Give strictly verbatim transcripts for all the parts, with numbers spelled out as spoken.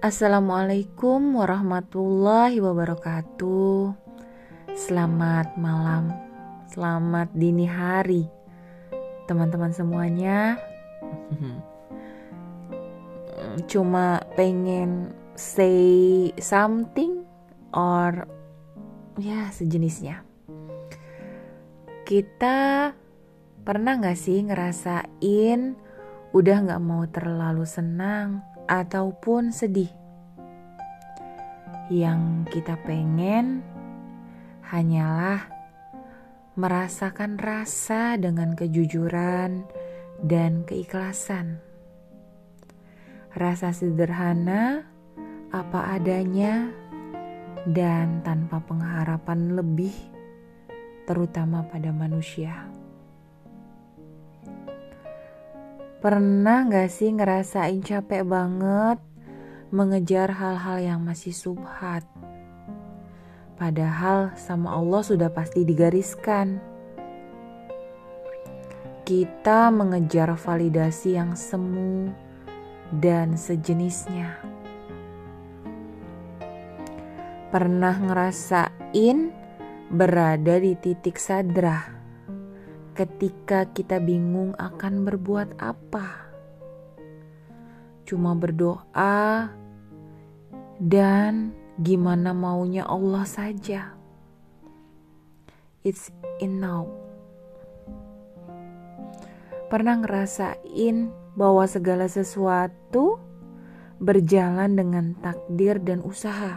Assalamualaikum warahmatullahi wabarakatuh. Selamat malam, selamat dini hari teman-teman semuanya. Cuma pengen say something or ya sejenisnya. Kita pernah gak sih ngerasain udah gak mau terlalu senang ataupun sedih? Yang kita pengen hanyalah merasakan rasa dengan kejujuran dan keikhlasan. Rasa sederhana, apa adanya, dan tanpa pengharapan lebih, terutama pada manusia. Pernah gak sih ngerasain capek banget mengejar hal-hal yang masih subhat? Padahal sama Allah sudah pasti digariskan. Kita mengejar validasi yang semu dan sejenisnya. Pernah ngerasain berada di titik sadrah ketika kita bingung akan berbuat apa, cuma berdoa dan gimana maunya Allah saja. It's enough. Pernah ngerasain bahwa segala sesuatu berjalan dengan takdir dan usaha.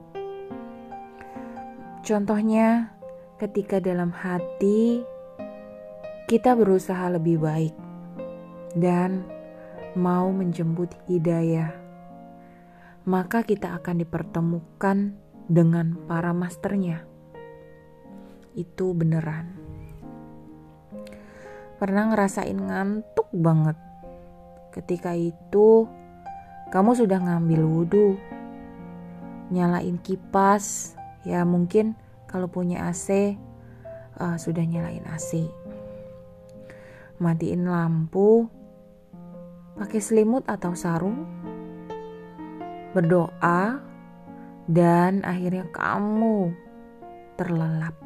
Contohnya ketika dalam hati kita berusaha lebih baik dan mau menjemput hidayah, maka kita akan dipertemukan dengan para masternya. Itu beneran. Pernah ngerasain ngantuk banget. Ketika itu kamu sudah ngambil wudhu, nyalain kipas, ya mungkin kalau punya A C uh, sudah nyalain A C. Matiin lampu, pakai selimut atau sarung, berdoa, dan akhirnya kamu terlelap.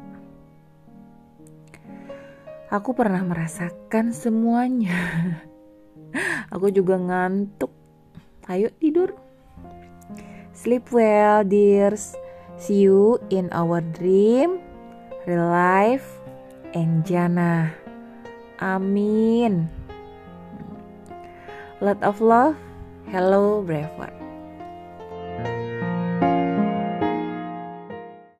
Aku pernah merasakan semuanya. Aku juga ngantuk. Ayo tidur. Sleep well, dears. See you in our dream, real life, and Jannah. Amin. Lot of love. Hello, Braveheart.